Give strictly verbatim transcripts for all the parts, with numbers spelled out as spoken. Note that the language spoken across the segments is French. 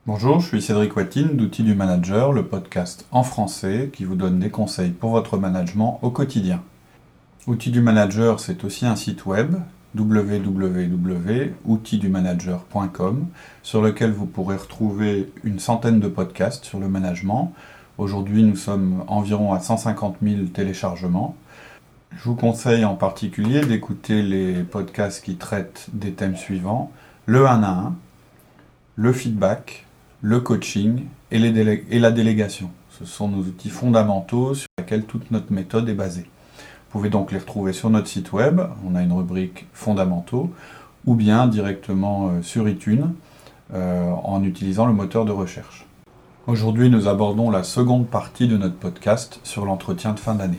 Bonjour, je suis Cédric Watine d'Outils du Manager, le podcast en français qui vous donne des conseils pour votre management au quotidien. Outils du Manager, c'est aussi un site web w w w point outils du manager point com sur lequel vous pourrez retrouver une centaine de podcasts sur le management. Aujourd'hui, nous sommes environ à cent cinquante mille téléchargements. Je vous conseille en particulier d'écouter les podcasts qui traitent des thèmes suivants: le un à un, le feedback, le coaching et, les délé- et la délégation. Ce sont nos outils fondamentaux sur lesquels toute notre méthode est basée. Vous pouvez donc les retrouver sur notre site web, on a une rubrique fondamentaux, ou bien directement euh, sur iTunes euh, en utilisant le moteur de recherche. Aujourd'hui, nous abordons la seconde partie de notre podcast sur l'entretien de fin d'année.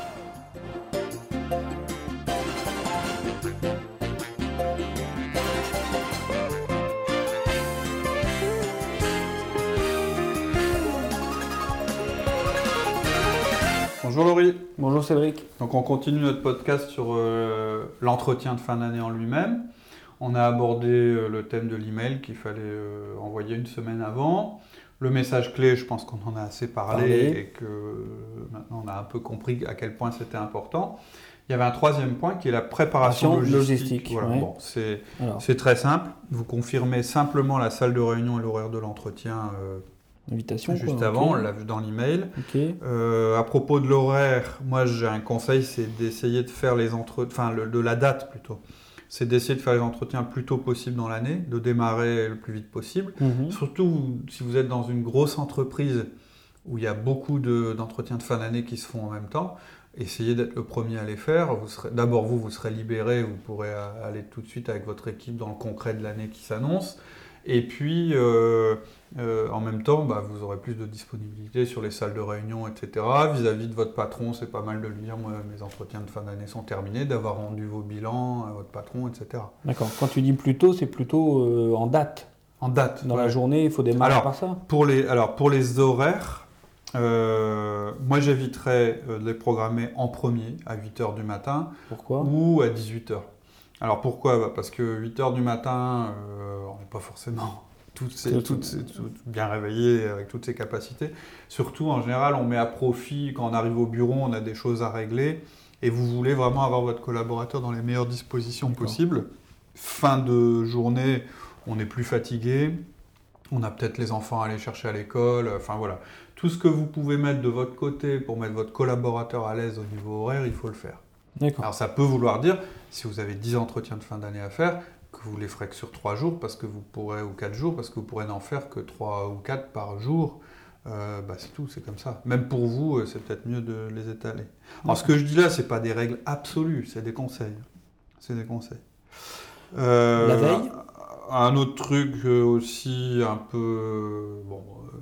Bonjour Laurie. Bonjour Cédric. Donc on continue notre podcast sur euh, l'entretien de fin d'année en lui-même. On a abordé euh, le thème de l'email qu'il fallait euh, envoyer une semaine avant. Le message clé, je pense qu'on en a assez parlé, parlé. et que euh, maintenant on a un peu compris à quel point c'était important. Il y avait un troisième point qui est la préparation logistique. logistique voilà. ouais. Bon, c'est, c'est très simple. Vous confirmez simplement la salle de réunion et l'horaire de l'entretien euh, Invitation, juste quoi, avant, okay. on l'a vu dans l'email. Okay. Euh, à propos de l'horaire, moi j'ai un conseil, c'est d'essayer de faire les entretiens, enfin le, de la date plutôt. C'est d'essayer de faire les entretiens le plus tôt possible dans l'année, de démarrer le plus vite possible. Mm-hmm. Surtout si vous êtes dans une grosse entreprise où il y a beaucoup de, d'entretiens de fin d'année qui se font en même temps, essayez d'être le premier à les faire. Vous serez, d'abord vous, vous serez libéré, vous pourrez aller tout de suite avec votre équipe dans le concret de l'année qui s'annonce. Et puis, euh, euh, en même temps, bah, vous aurez plus de disponibilité sur les salles de réunion, et cetera. Vis-à-vis de votre patron, c'est pas mal de lui dire, moi, mes entretiens de fin d'année sont terminés, d'avoir rendu vos bilans à votre patron, et cetera. D'accord. Quand tu dis plus tôt, c'est plutôt euh, en date. En date. Dans ouais. la journée, il faut démarrer alors, par ça. Pour les, alors, pour les horaires, euh, moi, j'éviterais de les programmer en premier, à huit heures du matin. Pourquoi ? Ou à dix-huit heures. Alors pourquoi ? bah Parce que huit heures du matin, euh, on n'est pas forcément toutes ces, toutes ces, toutes, bien réveillé avec toutes ses capacités. Surtout, en général, on met à profit, quand on arrive au bureau, on a des choses à régler, et vous voulez vraiment avoir votre collaborateur dans les meilleures dispositions D'accord. possibles. Fin de journée, on est plus fatigué, on a peut-être les enfants à aller chercher à l'école, enfin voilà. Tout ce que vous pouvez mettre de votre côté pour mettre votre collaborateur à l'aise au niveau horaire, il faut le faire. D'accord. Alors ça peut vouloir dire, si vous avez dix entretiens de fin d'année à faire, que vous les ferez que sur trois jours, parce que vous pourrez, ou quatre jours, parce que vous pourrez n'en faire que trois ou quatre par jour, euh, bah c'est tout, c'est comme ça. Même pour vous, c'est peut-être mieux de les étaler. Alors ce que je dis là, c'est pas des règles absolues, c'est des conseils. C'est des conseils. Euh, La veille ? Un autre truc aussi un peu... bon. Euh,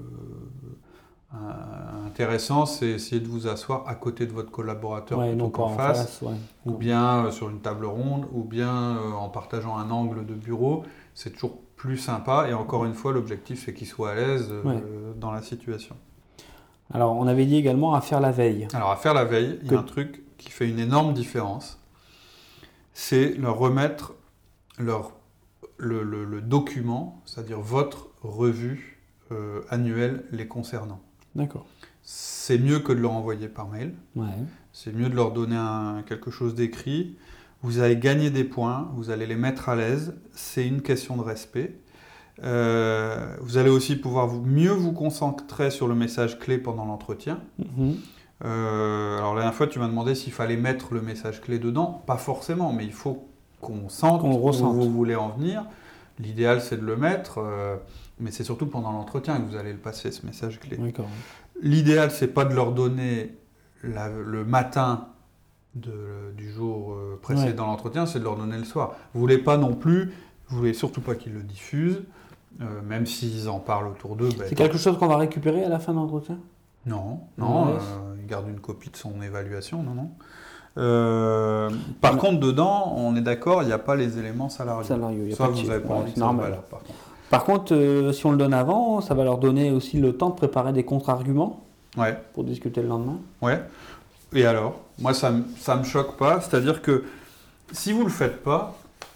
intéressant, c'est essayer de vous asseoir à côté de votre collaborateur ouais, plutôt qu'en en face, face ouais. ou bien euh, sur une table ronde, ou bien euh, en partageant un angle de bureau. C'est toujours plus sympa, et encore une fois, l'objectif c'est qu'il soit à l'aise euh, ouais. dans la situation. Alors, on avait dit également à faire la veille. Alors, à faire la veille, il que... y a un truc qui fait une énorme différence, c'est leur remettre leur, le, le, le document, c'est-à-dire votre revue euh, annuelle les concernant. D'accord. C'est mieux que de leur envoyer par mail. Ouais. C'est mieux de leur donner un, quelque chose d'écrit. Vous allez gagner des points, vous allez les mettre à l'aise. C'est une question de respect. Euh, vous allez aussi pouvoir vous, mieux vous concentrer sur le message clé pendant l'entretien. Mm-hmm. Euh, alors la dernière fois, tu m'as demandé s'il fallait mettre le message clé dedans. Pas forcément, mais il faut qu'on sente qu'on où vous voulez en venir. L'idéal, c'est de le mettre. Euh, Mais c'est surtout pendant l'entretien que vous allez le passer, ce message clé. D'accord. L'idéal, c'est pas de leur donner la, le matin de, du jour précédent ouais. l'entretien, c'est de leur donner le soir. Vous voulez pas non plus, vous voulez surtout pas qu'ils le diffusent, euh, même s'ils en parlent autour d'eux. C'est ben, quelque chose qu'on va récupérer à la fin de l'entretien ? Non, non, ouais. euh, ils gardent une copie de son évaluation, non, non. Euh, par ouais. contre, dedans, on est d'accord, il n'y a pas les éléments salariaux. Salariaux, il y a Soit pas vous de avez pas ouais, envie c'est normal. Valeur, par contre. Par contre, euh, si on le donne avant, ça va leur donner aussi le temps de préparer des contre-arguments ouais. pour discuter le lendemain. Ouais. Et alors ? Moi, ça ne me choque pas. C'est-à-dire que si vous ne le faites pas,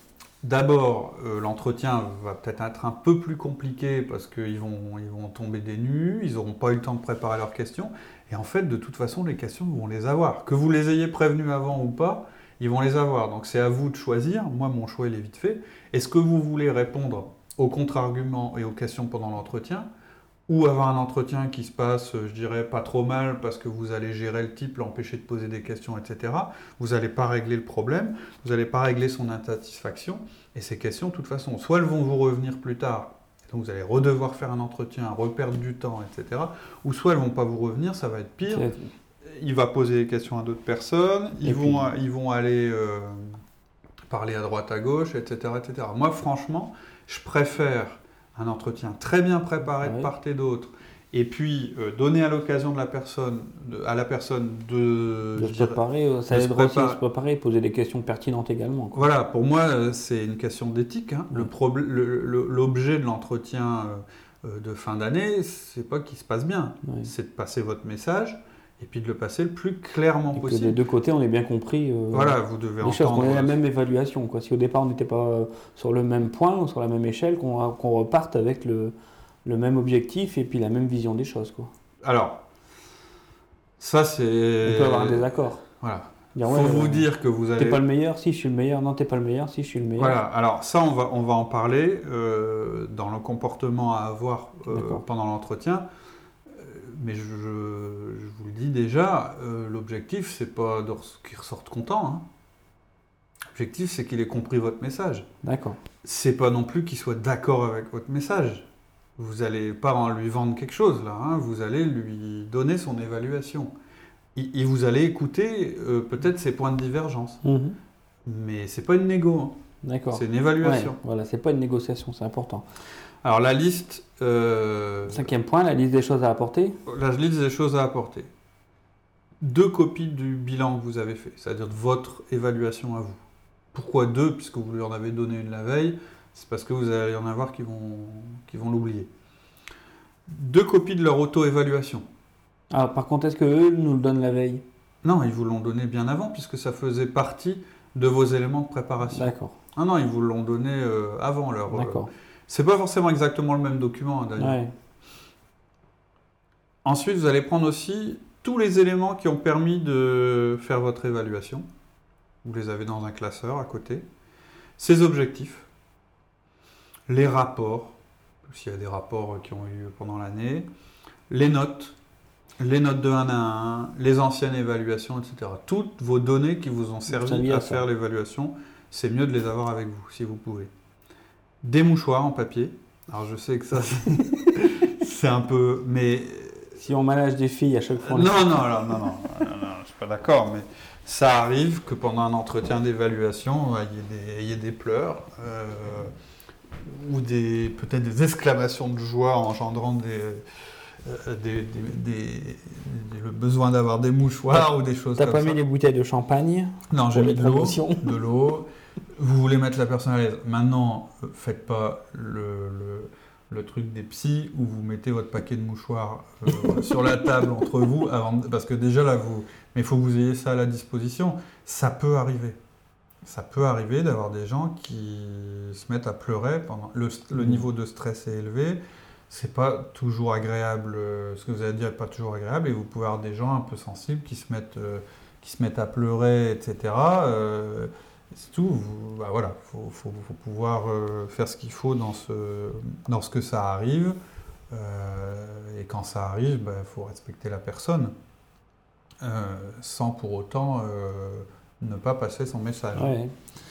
d'abord, euh, l'entretien va peut-être être un peu plus compliqué parce qu'ils vont, ils vont tomber des nues, ils n'auront pas eu le temps de préparer leurs questions. Et en fait, de toute façon, les questions, ils vont les avoir. Que vous les ayez prévenus avant ou pas, ils vont les avoir. Donc c'est à vous de choisir. Moi, mon choix, il est vite fait. Est-ce que vous voulez répondre aux contre-arguments et aux questions pendant l'entretien, ou avoir un entretien qui se passe, je dirais, pas trop mal parce que vous allez gérer le type, l'empêcher de poser des questions, et cetera. Vous n'allez pas régler le problème, vous n'allez pas régler son insatisfaction. Et ces questions, de toute façon, soit elles vont vous revenir plus tard, donc vous allez redevoir faire un entretien, reperdre du temps, et cetera. Ou soit elles ne vont pas vous revenir, ça va être pire. C'est- Il va poser des questions à d'autres personnes, ils Et vont, puis- ils vont aller euh, parler à droite, à gauche, et cetera, et cetera. Moi, franchement, je préfère un entretien très bien préparé de Ouais. part et d'autre, et puis euh, donner à l'occasion de la personne, de- à la personne de... De je se dirais- préparer, euh, ça de se aidera aussi à préparer. se préparer et poser des questions pertinentes également, quoi. Voilà, pour moi, euh, c'est une question d'éthique. Hein. Le Ouais. problè- le- le- L'objet de l'entretien euh, euh, de fin d'année, c'est pas qu'il se passe bien, Ouais. c'est de passer votre message et puis de le passer le plus clairement Et que possible. des deux côtés, on ait bien compris euh, Voilà, vous devez les choses, qu'on entendre. ait la même évaluation, quoi. Si au départ on n'était pas euh, sur le même point ou sur la même échelle, qu'on qu'on reparte avec le, le même objectif et puis la même vision des choses, quoi. Alors, ça c'est. On peut avoir un désaccord. Voilà. Dire, Faut ouais, vous euh, dire que vous T'es allez. pas le meilleur, si je suis le meilleur. Non, t'es pas le meilleur, si je suis le meilleur. Voilà, alors ça, on va, on va en parler euh, dans le comportement à avoir euh, D'accord. pendant l'entretien. Euh, Mais je, je vous le dis déjà, euh, l'objectif, c'est pas de res- qu'il ressorte content. Hein. L'objectif, c'est qu'il ait compris votre message. D'accord. C'est pas non plus qu'il soit d'accord avec votre message. Vous allez pas en lui vendre quelque chose, là. Hein. Vous allez lui donner son évaluation. Et, et vous allez écouter euh, peut-être ses points de divergence. Mhm. Mais c'est pas une négo, hein. D'accord. C'est une évaluation. Ouais, voilà, c'est pas une négociation, c'est important. Alors la liste, euh, Cinquième point, la liste des choses à apporter. la liste des choses à apporter. Deux copies du bilan que vous avez fait, c'est-à-dire de votre évaluation à vous. Pourquoi deux? Puisque vous lui en avez donné une la veille, c'est parce que vous allez en avoir qui vont, qui vont l'oublier. Deux copies de leur auto-évaluation. Ah, par contre, est-ce que eux nous le donnent la veille? Non, ils vous l'ont donné bien avant, puisque ça faisait partie de vos éléments de préparation. D'accord. Ah non, ils vous l'ont donné euh, avant leur. euh, D'accord. C'est pas forcément exactement le même document, hein, d'ailleurs. Ouais. Ensuite, vous allez prendre aussi tous les éléments qui ont permis de faire votre évaluation. Vous les avez dans un classeur à côté. Ces objectifs, les rapports, s'il y a des rapports qui ont eu lieu pendant l'année, les notes, les notes de un à un, les anciennes évaluations, et cetera. Toutes vos données qui vous ont servi servi à à ça. faire l'évaluation, c'est mieux de les avoir avec vous, si vous pouvez. Des mouchoirs en papier. Alors je sais que ça, c'est- c'est un peu... Mais Si on manage des filles à chaque fois. on- non, non, alors, non, non, non, non, je suis pas d'accord, mais ça arrive que pendant un entretien d'évaluation, euh, il y ait des, il y ait des pleurs euh, ou des, peut-être des exclamations de joie engendrant des, euh, des, des- des- des- le besoin d'avoir des mouchoirs ou des choses T'as comme pas ça. mis les bouteilles de champagne? Non, j'ai pour mis les de l'eau, promotions. de l'eau. Vous voulez mettre la personne à l'aise. Maintenant, euh, faites pas le, le, le truc des psys où vous mettez votre paquet de mouchoirs euh, sur la table entre vous, avant de- parce que déjà là, vous... Mais il faut que vous ayez ça à la disposition. Ça peut arriver. Ça peut arriver d'avoir des gens qui se mettent à pleurer pendant... Le, le Mhm. niveau de stress est élevé. C'est pas toujours agréable. euh, Ce que vous allez dire n'est pas toujours agréable. Et vous pouvez avoir des gens un peu sensibles qui se mettent... euh, qui se mettent à pleurer, et cetera. Euh, c'est tout. Vous- bah voilà, faut, faut, faut pouvoir euh, faire ce qu'il faut dans ce, dans ce que ça arrive. Euh, et quand ça arrive, il faut respecter la personne, euh, sans pour autant euh, ne pas passer son message. Ouais.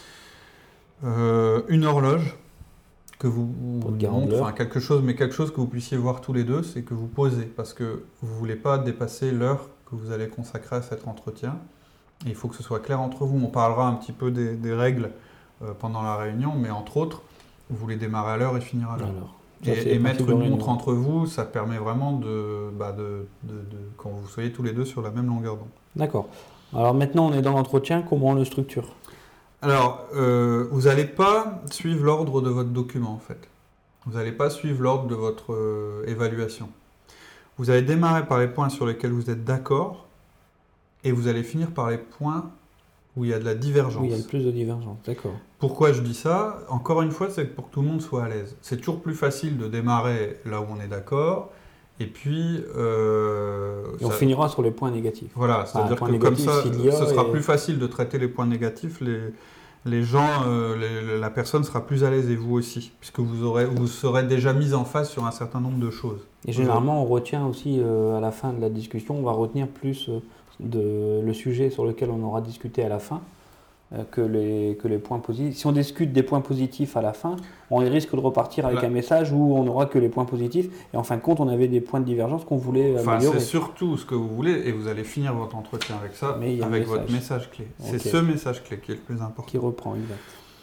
Euh, une horloge que vous, Pour vous te garantir. montre, enfin quelque chose, mais quelque chose que vous puissiez voir tous les deux, c'est que vous posez, parce que vous voulez pas dépasser l'heure que vous allez consacrer à cet entretien. Et il faut que ce soit clair entre vous. On parlera un petit peu des, des règles euh, pendant la réunion, mais entre autres, vous voulez démarrer à l'heure et finir à l'heure. Alors, ça, c'est Et, et le mettre principe de une réunion. montre entre vous, ça permet vraiment de, bah de, de, de quand vous soyez tous les deux sur la même longueur d'onde. D'accord. Alors maintenant, on est dans l'entretien. Comment on le structure? Alors, euh, vous n'allez pas suivre l'ordre de votre document, en fait. Vous n'allez pas suivre l'ordre de votre euh, évaluation. Vous allez démarrer par les points sur lesquels vous êtes d'accord, et vous allez finir par les points où il y a de la divergence. Oui, il y a le plus de divergence, d'accord. Pourquoi je dis ça? Encore une fois, c'est pour que tout le monde soit à l'aise. C'est toujours plus facile de démarrer là où on est d'accord, et puis... Euh, et on ça... finira sur les points négatifs. Voilà, c'est-à-dire ah, que comme ça, ce sera et... plus facile de traiter les points négatifs, les... les gens, euh, les, la personne sera plus à l'aise et vous aussi, puisque vous, aurez, vous serez déjà mis en face sur un certain nombre de choses. Et généralement, on retient aussi, euh, à la fin de la discussion, on va retenir plus euh, de, le sujet sur lequel on aura discuté à la fin euh, que, les, que les points positifs. Si on discute des points positifs à la fin, on risque de repartir avec là, un message où on n'aura que les points positifs, et en fin de compte, on avait des points de divergence qu'on voulait enfin, améliorer. C'est surtout ce que vous voulez, et vous allez finir votre entretien avec ça, avec message. votre message clé. Okay. C'est ce message clé qui est le plus important. Qui reprend, exact.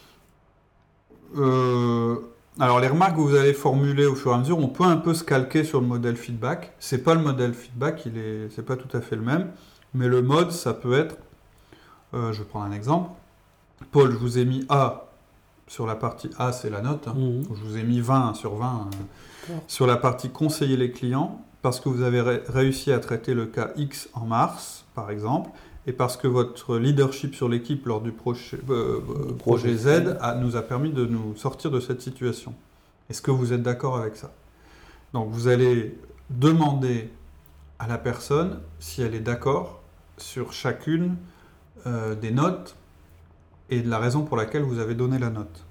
Euh, alors les remarques que vous allez formuler au fur et à mesure, on peut un peu se calquer sur le modèle feedback. C'est pas le modèle feedback, il est, c'est pas tout à fait le même, mais le mode, ça peut être, euh, je vais prendre un exemple. Paul, je vous ai mis A sur la partie A, c'est la note. Hein. Mmh. Je vous ai mis vingt sur vingt euh, sur la partie conseiller les clients parce que vous avez ré- réussi à traiter le cas X en mars, par exemple. Et parce que votre leadership sur l'équipe lors du proche, euh, projet Z a, nous a permis de nous sortir de cette situation. Est-ce que vous êtes d'accord avec ça? Donc vous allez demander à la personne si elle est d'accord sur chacune euh, des notes et de la raison pour laquelle vous avez donné la note.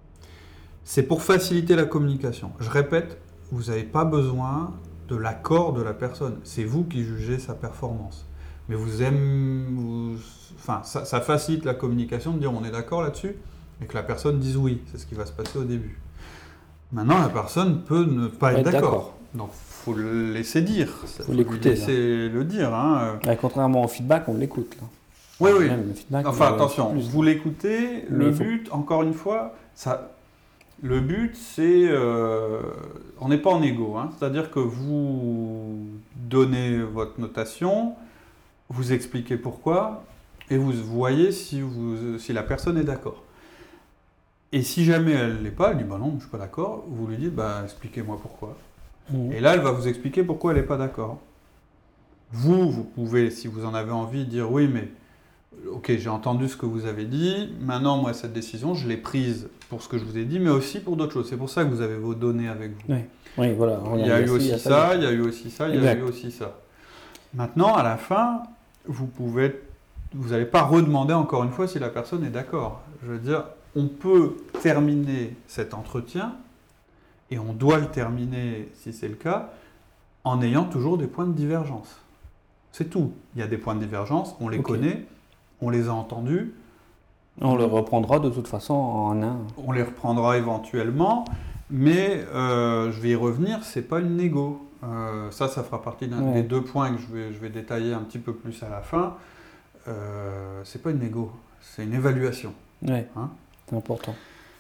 C'est pour faciliter la communication. Je répète, vous n'avez pas besoin de l'accord de la personne. C'est vous qui jugez sa performance. Mais vous aimez, vous, enfin, ça, ça facilite la communication de dire on est d'accord là-dessus et que la personne dise oui. C'est ce qui va se passer au début. Maintenant, la personne peut ne pas être, être d'accord. d'accord. Donc, il faut le laisser dire. Il faut l'écouter. laisser le dire. Hein. Ouais, contrairement au feedback, on l'écoute. Là. Oui, oui. Même le feedback, enfin, attention, plus. Vous l'écoutez. Mais le but, faut... encore une fois, ça, le but, c'est... Euh, on n'est pas en égo. Hein. C'est-à-dire que vous donnez votre notation... Vous expliquez pourquoi et vous voyez si, vous, si la personne est d'accord. Et si jamais elle ne l'est pas, elle dit bah non, je ne suis pas d'accord, vous lui dites bah expliquez-moi pourquoi. Mmh. Et là, elle va vous expliquer pourquoi elle n'est pas d'accord. Vous, vous pouvez, si vous en avez envie, dire oui, mais ok, j'ai entendu ce que vous avez dit, maintenant, moi, cette décision, je l'ai prise pour ce que je vous ai dit, mais aussi pour d'autres choses. C'est pour ça que vous avez vos données avec vous. Oui, oui voilà. Il y a eu aussi ça, il y a eu aussi ça, il y a eu aussi ça. Maintenant, à la fin, vous pouvez, vous n'allez pas redemander encore une fois si la personne est d'accord. Je veux dire, on peut terminer cet entretien, et on doit le terminer si c'est le cas, en ayant toujours des points de divergence. C'est tout. Il y a des points de divergence, on les okay. connaît, on les a entendus. On les reprendra de toute façon en un. On les reprendra éventuellement, mais euh, je vais y revenir, c'est pas une négo. Euh, ça, ça fera partie d'un ouais. des deux points que je vais, je vais détailler un petit peu plus à la fin. Euh, c'est pas une négo, c'est une évaluation. Oui, hein c'est important.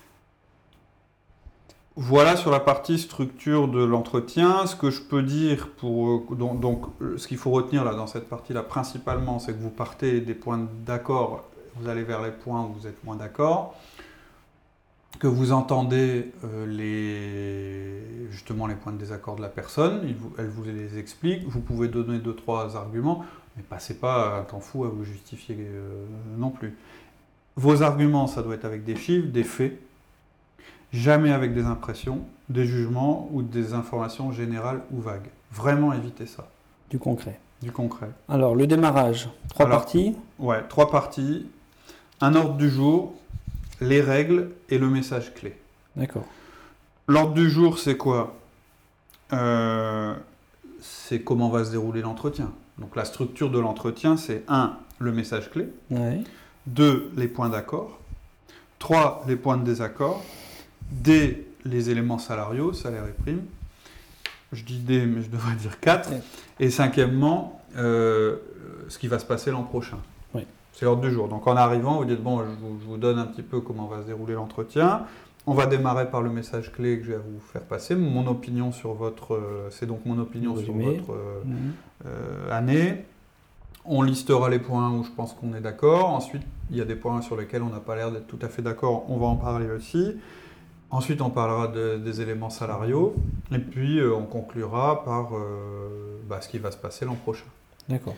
Voilà sur la partie structure de l'entretien. Ce que je peux dire, pour, donc, donc ce qu'il faut retenir là, dans cette partie-là principalement, c'est que vous partez des points d'accord, vous allez vers les points où vous êtes moins d'accord, que vous entendez euh, les, justement les points de désaccord de la personne, il vous, elle vous les explique, vous pouvez donner deux, trois arguments, mais passez pas un temps fou à vous justifier euh, non plus. Vos arguments, ça doit être avec des chiffres, des faits, jamais avec des impressions, des jugements ou des informations générales ou vagues. Vraiment évitez ça. Du concret. Du concret. Alors, le démarrage, trois Alors, parties. Ouais, trois parties. Un ordre du jour, les règles et le message clé. D'accord. L'ordre du jour, c'est quoi ? euh, C'est comment va se dérouler l'entretien. Donc la structure de l'entretien, c'est un, le message clé. Ouais. deux, les points d'accord. trois, les points de désaccord. D, les éléments salariaux, salaire et prime. Je dis D, mais je devrais dire quatre. Ouais. Et cinquièmement, euh, ce qui va se passer l'an prochain. Oui. C'est l'ordre du jour. Donc en arrivant, vous dites, bon, je vous, je vous donne un petit peu comment va se dérouler l'entretien. On va démarrer par le message clé que je vais vous faire passer. Mon opinion sur votre... Euh, c'est donc mon opinion sur votre euh, mmh. euh, année. On listera les points où je pense qu'on est d'accord. Ensuite, il y a des points sur lesquels on n'a pas l'air d'être tout à fait d'accord. On va en parler aussi. Ensuite, on parlera de, des éléments salariaux. Et puis, euh, on conclura par euh, bah, ce qui va se passer l'an prochain. D'accord.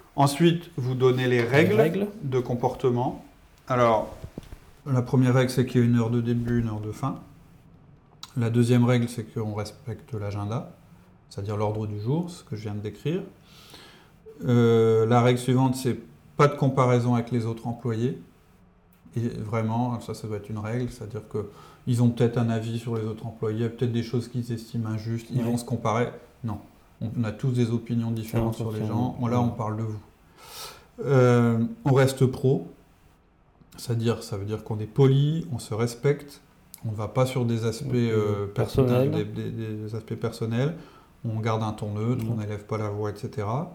Ensuite, vous donnez les règles, Les règles. de comportement. Alors, la première règle, c'est qu'il y a une heure de début, une heure de fin. La deuxième règle, c'est qu'on respecte l'agenda, c'est-à-dire l'ordre du jour, ce que je viens de décrire. Euh, la règle suivante, c'est pas de comparaison avec les autres employés. Et vraiment, ça, ça doit être une règle, c'est-à-dire qu'ils ont peut-être un avis sur les autres employés, peut-être des choses qu'ils estiment injustes, ils Ouais. vont se comparer. Non, on a tous des opinions différentes sur les gens. Ouais. Là, on parle de vous. Euh, on reste pro, c'est-à-dire, ça veut dire qu'on est poli, on se respecte, on ne va pas sur des aspects euh, Personnels. personnels, des, des- des aspects personnels, on garde un ton neutre, Mhm. on n'élève pas la voix, et cetera.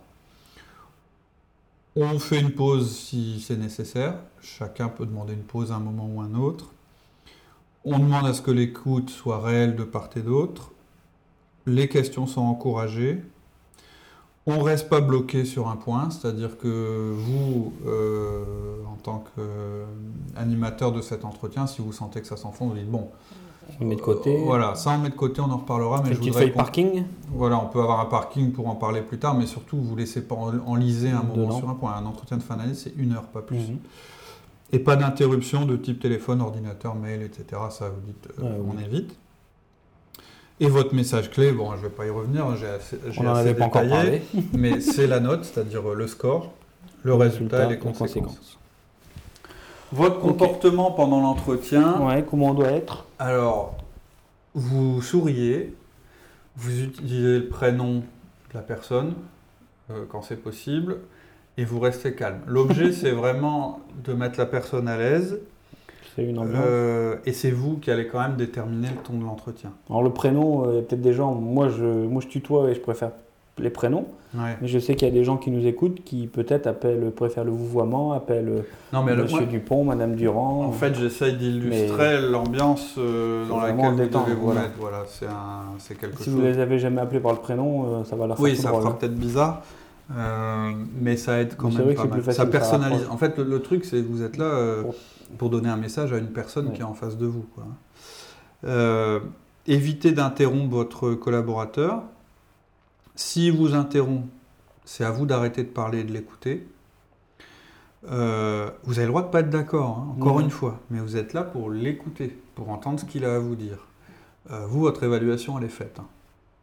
On fait une pause si c'est nécessaire. Chacun peut demander une pause à un moment ou à un autre. On demande à ce que l'écoute soit réelle de part et d'autre. Les questions sont encouragées. On ne reste pas bloqué sur un point, c'est-à-dire que vous, euh, en tant qu'animateur de cet entretien, si vous sentez que ça s'enfonce, vous dites bon, On met de côté. euh, voilà, ça on met de côté, on en reparlera, mais Une je petite voudrais feuille qu'on- parking. Voilà, on peut avoir un parking pour en parler plus tard, mais surtout, vous ne laissez pas en- enliser un moment Dedans. sur un point. Un entretien de fin d'année, c'est une heure, pas plus. Mhm. Et pas d'interruption de type téléphone, ordinateur, mail, et cetera. Ça, vous dites, euh, Ouais, on oui. évite. Et votre message clé, bon, je ne vais pas y revenir, j'ai assez, j'ai On n'en assez avait pas encore détaillé, parlé. mais c'est la note, c'est-à-dire euh, le score, le résultat et les conséquences. Votre comportement pendant l'entretien, Ouais, comment on doit être? alors, vous souriez, vous utilisez le prénom de la personne euh, quand c'est possible, et vous restez calme. L'objet, c'est vraiment de mettre la personne à l'aise, C'est une ambiance. euh, et c'est vous qui allez quand même déterminer le ton de l'entretien. Alors le prénom, euh, il y a peut-être des gens, moi je, moi je tutoie et je préfère les prénoms, Ouais. mais je sais qu'il y a des gens qui nous écoutent qui peut-être appellent, préfèrent le vouvoiement, appellent euh, Non, mais le- Monsieur moi, Dupont, Madame Durand. en fait, j'essaye d'illustrer l'ambiance euh, dans Faut laquelle vraiment vous détendre, devez vous voilà. mettre. Voilà, c'est un- c'est quelque si chose. vous les avez jamais appelés par le prénom, euh, ça va leur faire Oui, tout ça drôle. fera peut-être bizarre, euh, mais ça aide quand Mais c'est même vrai que pas c'est mal. plus facile, Ça ça personnalise. rapproche. En fait, le, le truc, c'est que vous êtes là euh, Pour- pour donner un message à une personne Ouais. qui est en face de vous, quoi. Euh, évitez d'interrompre votre collaborateur. S'il vous interrompt, c'est à vous d'arrêter de parler et de l'écouter. Euh, vous avez le droit de ne pas être d'accord, hein, encore Mhm. une fois, mais vous êtes là pour l'écouter, pour entendre ce qu'il a à vous dire. Euh, vous, votre évaluation, elle est faite. hein.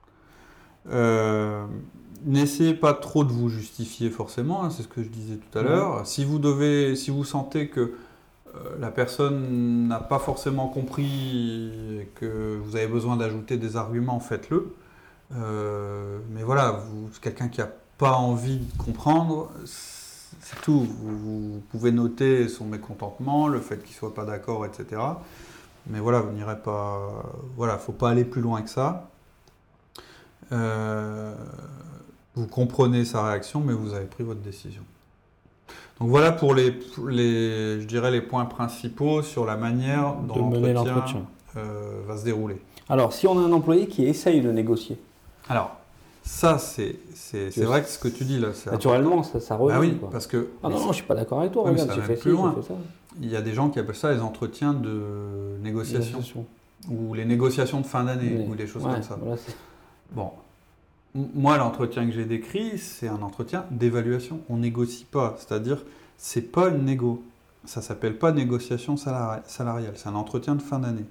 Euh, N'essayez pas trop de vous justifier forcément, hein, c'est ce que je disais tout à Ouais. l'heure. Si vous devez, si vous sentez que euh, la personne n'a pas forcément compris et que vous avez besoin d'ajouter des arguments, faites-le. Euh, mais voilà, vous, quelqu'un qui n'a pas envie de comprendre, c'est tout. Vous, vous pouvez noter son mécontentement, le fait qu'il ne soit pas d'accord, et cetera. Mais voilà, vous n'irez pas. Voilà, faut pas aller plus loin que ça. Euh, vous comprenez sa réaction, mais vous avez pris votre décision. Donc voilà pour les, pour les, je dirais les points principaux sur la manière dont De mener l'entretien l'entretien. euh, va se dérouler. Alors si on a un employé qui essaye de négocier, Alors, ça, c'est, c'est, c'est Je- vrai que ce que tu dis là, c'est naturellement ça, ça revient. Bah oui, quoi. parce que Ah non, non, je suis pas d'accord avec toi, Oui, mais regarde, ça j'ai va fait même plus ci, loin. j'ai fait ça. il y a des gens qui appellent ça les entretiens de négociation Négociation. ou les négociations de fin d'année Mais- ou des choses ouais, comme ça. voilà, c'est- Bon, M- moi, l'entretien que j'ai décrit, c'est un entretien d'évaluation. On négocie pas, c'est-à-dire, c'est pas une négo. Ça s'appelle pas négociation salari- salariale. C'est un entretien de fin d'année.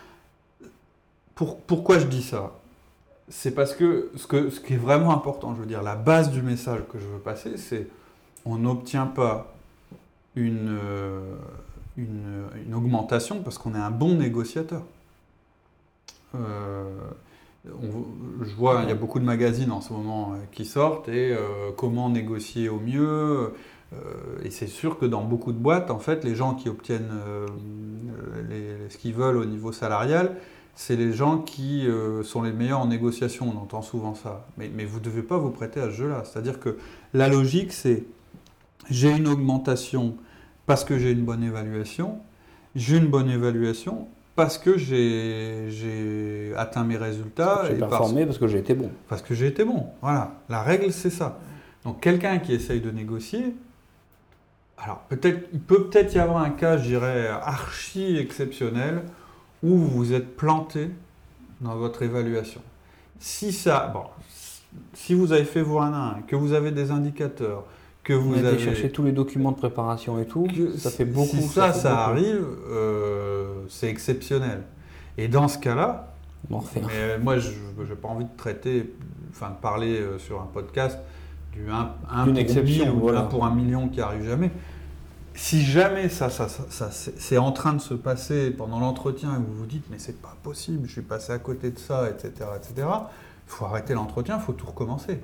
Pour- pourquoi je dis ça? C'est parce que ce, que ce qui est vraiment important, je veux dire, la base du message que je veux passer, c'est on n'obtient pas une, euh, une, une augmentation parce qu'on est un bon négociateur. Euh, on- je vois, il y a beaucoup de magazines en ce moment euh, qui sortent et euh, comment négocier au mieux. euh, et c'est sûr que dans beaucoup de boîtes, en fait, les gens qui obtiennent euh, les- ce qu'ils veulent au niveau salarial, c'est les gens qui euh, sont les meilleurs en négociation. On entend souvent ça. Mais, mais vous ne devez pas vous prêter à ce jeu-là. C'est-à-dire que la logique, c'est j'ai une augmentation parce que j'ai une bonne évaluation. J'ai une bonne évaluation parce que j'ai, j'ai atteint mes résultats. J'ai et parce- performé parce que j'ai été bon. parce que j'ai été bon. Voilà. La règle, c'est ça. Donc, quelqu'un qui essaye de négocier, alors peut-être, il peut peut-être y avoir un cas, je dirais, archi exceptionnel où vous vous êtes planté dans votre évaluation. Si ça, bon, si vous avez fait vos un à un, que vous avez des indicateurs, que vous on a avez... été chercher tous les documents de préparation et tout, que ça fait beaucoup. Si ça, ça, fait ça beaucoup. arrive, euh, c'est exceptionnel. Et dans ce cas-là, On refait. mais moi, je n'ai pas envie de traiter, enfin de parler euh, sur un podcast du un, un D'une pour exception, mille ou voilà. un pour un million qui arrive jamais. Si jamais ça, ça, ça, ça c'est, c'est en train de se passer pendant l'entretien et vous vous dites mais c'est pas possible, je suis passé à côté de ça, et cetera, et cetera. Il faut arrêter l'entretien, il faut tout recommencer.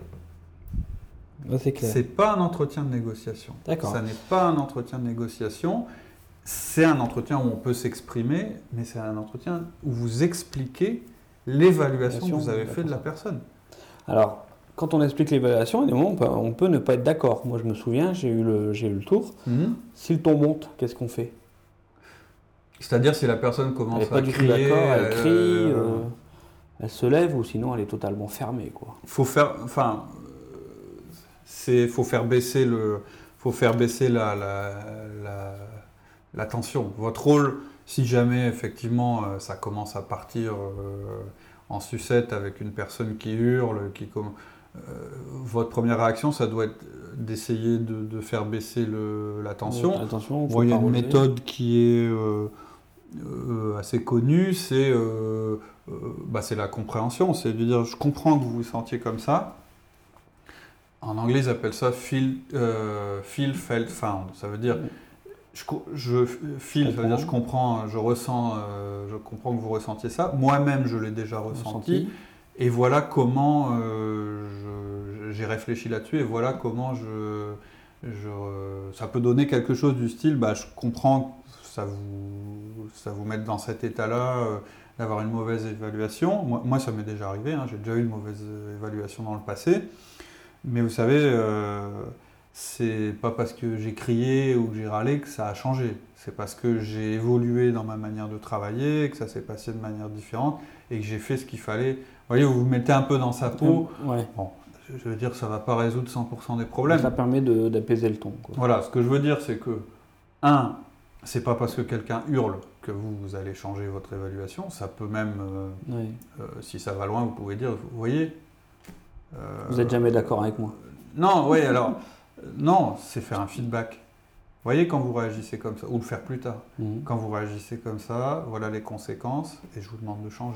Là, c'est clair. C'est pas un entretien de négociation. D'accord. Ça n'est pas un entretien de négociation. C'est un entretien où on peut s'exprimer, mais c'est un entretien où vous expliquez l'évaluation que vous avez faite de la personne. Alors, quand on explique l'évaluation, évidemment, on peut, on peut ne pas être d'accord. Moi, je me souviens, j'ai eu le, j'ai eu le tour. Mmh. Si le ton monte, qu'est-ce qu'on fait? C'est-à-dire si la personne commence Elle n'est pas à du crier, tout d'accord, elle crie, euh, euh, elle se lève, ou sinon elle est totalement fermée, quoi. faut faire, enfin, c'est, faut faire baisser le, faut faire baisser la, la, la, la tension. Votre rôle, si jamais effectivement euh, ça commence à partir euh, en sucette avec une personne qui hurle, qui com- euh, votre première réaction, ça doit être d'essayer de, de faire baisser le, la tension. Attention, Bon, il y a une méthode qui est euh, euh, assez connue, c'est euh, euh, bah, c'est la compréhension. C'est de dire, je comprends que vous vous sentiez comme ça. En anglais, ils appellent ça feel, euh, feel felt, found. Ça veut dire, je, je feel, ça veut dire je comprends, je ressens, euh, je comprends que vous ressentiez ça. Moi-même, je l'ai déjà ressenti. ressenti. Et voilà comment euh, je, j'ai réfléchi là-dessus. Et voilà comment je, je, ça peut donner quelque chose du style, bah, je comprends que ça vous, ça vous mette dans cet état-là, euh, d'avoir une mauvaise évaluation. Moi, moi ça m'est déjà arrivé. Hein, j'ai déjà eu une mauvaise évaluation dans le passé. Mais vous savez, euh, c'est pas parce que j'ai crié ou que j'ai râlé que ça a changé. C'est parce que j'ai évolué dans ma manière de travailler, que ça s'est passé de manière différente et que j'ai fait ce qu'il fallait. Vous voyez, vous vous mettez un peu dans sa peau. Ouais. Bon, je veux dire que ça ne va pas résoudre cent pour cent des problèmes. Ça permet de, d'apaiser le ton, quoi. Voilà, ce que je veux dire, c'est que, un, c'est pas parce que quelqu'un hurle que vous, vous allez changer votre évaluation. Ça peut même, euh, ouais. euh, si ça va loin, vous pouvez dire, vous voyez. Euh, vous n'êtes jamais d'accord avec moi. Non, oui, alors, non, c'est faire un feedback. Vous voyez, quand vous réagissez comme ça, ou le faire plus tard, mmh. quand vous réagissez comme ça, voilà les conséquences, et je vous demande de changer.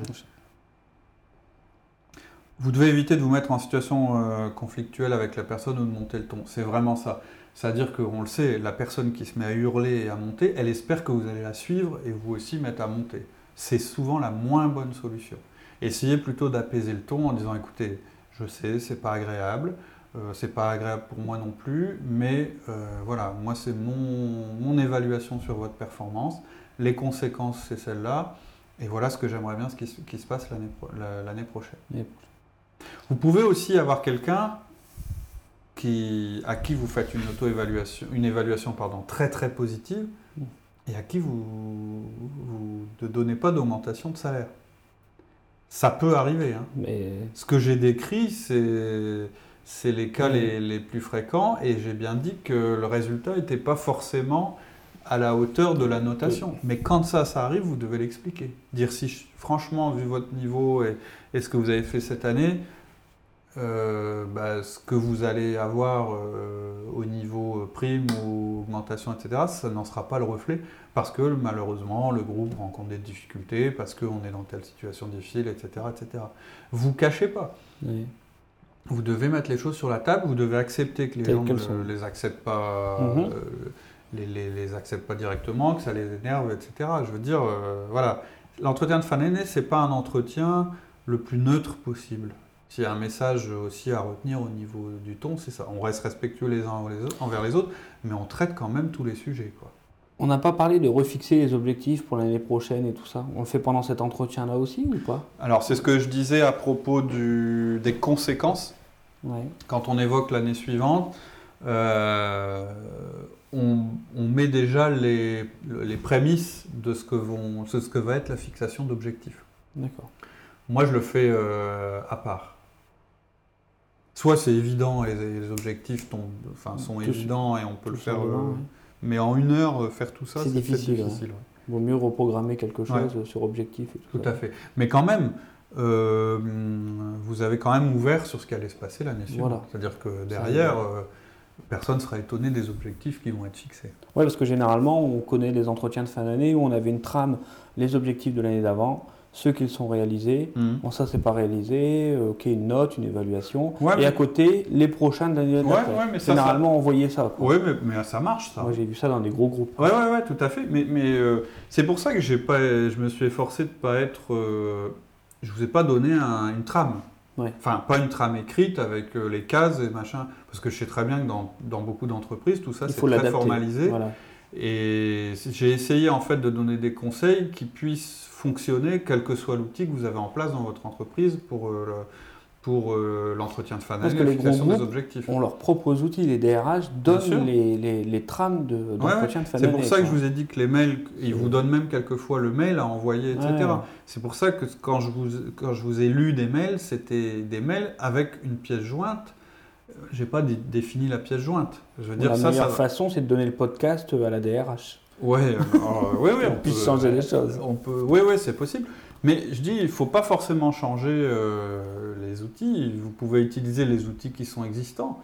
Vous devez éviter de vous mettre en situation euh, conflictuelle avec la personne ou de monter le ton. C'est vraiment ça. C'est-à-dire qu'on le sait, la personne qui se met à hurler et à monter, elle espère que vous allez la suivre et vous aussi mettre à monter. C'est souvent la moins bonne solution. Essayez plutôt d'apaiser le ton en disant, écoutez, je sais, c'est pas agréable, euh, c'est pas agréable pour moi non plus, mais euh, voilà, moi c'est mon, mon évaluation sur votre performance, les conséquences c'est celle-là, et voilà ce que j'aimerais bien ce qui, qui se passe l'année, l'année prochaine. Yep. Vous pouvez aussi avoir quelqu'un qui, à qui vous faites une auto-évaluation, une évaluation pardon, très très positive, et à qui vous, vous ne donnez pas d'augmentation de salaire. Ça peut arriver. Hein. Mais... Ce que j'ai décrit, c'est, c'est les cas oui. les, les plus fréquents, et j'ai bien dit que le résultat n'était pas forcément à la hauteur de la notation. Oui. Mais quand ça, ça arrive, vous devez l'expliquer. Dire si, franchement, vu votre niveau et, et ce que vous avez fait cette année, euh, bah, ce que vous allez avoir euh, au niveau prime ou augmentation, et cetera, ça n'en sera pas le reflet parce que malheureusement le groupe rencontre des difficultés, parce qu'on est dans telle situation difficile, et cetera, et cetera. Vous ne cachez pas. Oui. Vous devez mettre les choses sur la table, vous devez accepter que les gens ne les acceptent pas, mm-hmm. euh, les, les, les acceptent pas directement, que ça les énerve, et cetera. Je veux dire, euh, voilà, l'entretien de fin d'année, c'est pas un entretien le plus neutre possible. S'il y a un message aussi à retenir au niveau du ton, c'est ça. On reste respectueux les uns envers les autres, mais on traite quand même tous les sujets, quoi. On n'a pas parlé de refixer les objectifs pour l'année prochaine et tout ça. On le fait pendant cet entretien-là aussi ou pas? Alors, c'est ce que je disais à propos du, des conséquences. Ouais. Quand on évoque l'année suivante, euh, on, on met déjà les, les prémices de ce que, vont, de ce que va être la fixation d'objectifs. D'accord. Moi, je le fais euh, à part. Soit c'est évident et les objectifs tombent, enfin, sont tout évidents et on peut le faire, euh, ouais. mais en une heure, faire tout ça, c'est, c'est difficile. difficile. Ouais. Il vaut mieux reprogrammer quelque chose ouais. sur objectif. Et tout tout ça. à fait. Mais quand même, euh, vous avez quand même ouvert sur ce qui allait se passer l'année suivante. Voilà. C'est-à-dire que derrière, euh, personne ne sera étonné des objectifs qui vont être fixés. Oui, parce que généralement, on connaît les entretiens de fin d'année où on avait une trame, les objectifs de l'année d'avant, ceux qui sont réalisés. Mmh. Bon, ça, c'est pas réalisé. Ok, une note, une évaluation. Ouais, et mais... à côté, les prochains de l'année d'après. Ouais, ouais, généralement, ça... on voyait ça. Oui, mais, mais ça marche, ça. Moi, j'ai vu ça dans des gros groupes. Oui, ouais, ouais, tout à fait. Mais, mais euh, c'est pour ça que j'ai pas, je me suis efforcé de ne pas être... Euh, je ne vous ai pas donné un, une trame. Ouais. Enfin, pas une trame écrite avec euh, les cases et machin. Parce que je sais très bien que dans, dans beaucoup d'entreprises, tout ça, c'est très formalisé. Voilà. Et j'ai essayé, en fait, de donner des conseils qui puissent fonctionner, quel que soit l'outil que vous avez en place dans votre entreprise pour, euh, le, pour euh, l'entretien de fin d'année, la fixation des objectifs. On leur propose outils, les D R H donnent les, les, les trames de, d'entretien ouais, de fin c'est d'année. C'est pour ça que je vous ai dit que les mails, ils vous donnent même quelquefois le mail à envoyer, et cetera. Ouais. C'est pour ça que quand je vous, quand je vous ai lu des mails, c'était des mails avec une pièce jointe. Je n'ai pas d- défini la pièce jointe. Je veux dire, la ça, meilleure ça... façon, c'est de donner le podcast à la D R H. Ouais, euh, ouais, ouais, on puisse changer les choses. On peut, ouais, ouais, c'est possible. Mais je dis, il ne faut pas forcément changer euh, les outils. Vous pouvez utiliser les outils qui sont existants.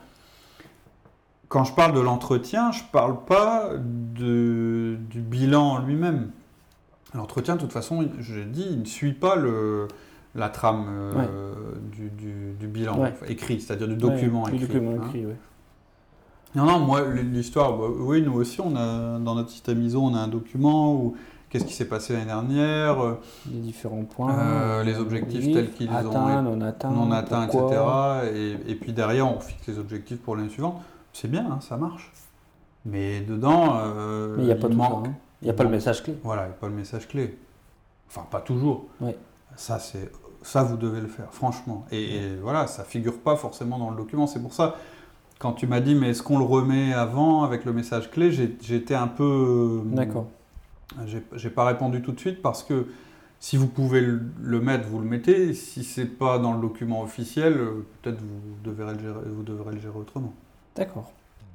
Quand je parle de l'entretien, je ne parle pas de, du bilan en lui-même. L'entretien, de toute façon, je l'ai dit, il ne suit pas le, la trame euh, ouais. du, du, du bilan ouais. écrit, c'est-à-dire du document ouais, écrit. Du document hein. écrit, oui. Non, non, moi, l'histoire, bah, oui, nous aussi, on a, dans notre système I S O, on a un document où qu'est-ce qui s'est passé l'année dernière, les différents points, euh, les objectifs tels qu'ils atteint, ont non atteint, non atteint, et cetera. Et, et puis derrière, on fixe les objectifs pour l'année suivante. C'est bien, hein, ça marche. Mais dedans, euh, mais il n'y a pas il tout manque. ça, hein. Il n'y a pas le message clé. Voilà, il n'y a pas le message clé. Enfin, pas toujours. Ouais. Ça, c'est, ça, vous devez le faire, franchement. Et, et voilà, ça ne figure pas forcément dans le document. C'est pour ça. Quand tu m'as dit, mais est-ce qu'on le remet avant avec le message clé, j'ai, j'étais un peu... D'accord. J'ai, j'ai pas répondu tout de suite parce que si vous pouvez le, le mettre, vous le mettez. Si c'est pas dans le document officiel, peut-être vous devrez le gérer, vous devrez le gérer autrement. D'accord.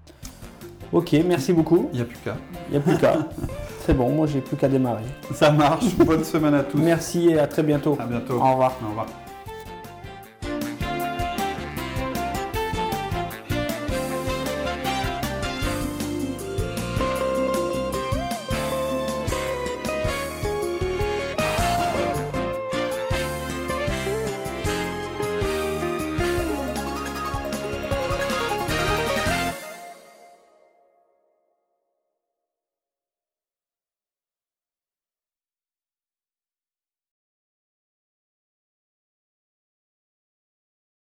Ok, merci beaucoup. Il n'y a plus qu'à. Il n'y a plus qu'à. C'est bon, moi j'ai plus qu'à démarrer. Ça marche. Bonne semaine à tous. Merci et à très bientôt. À bientôt. Au revoir. Au revoir.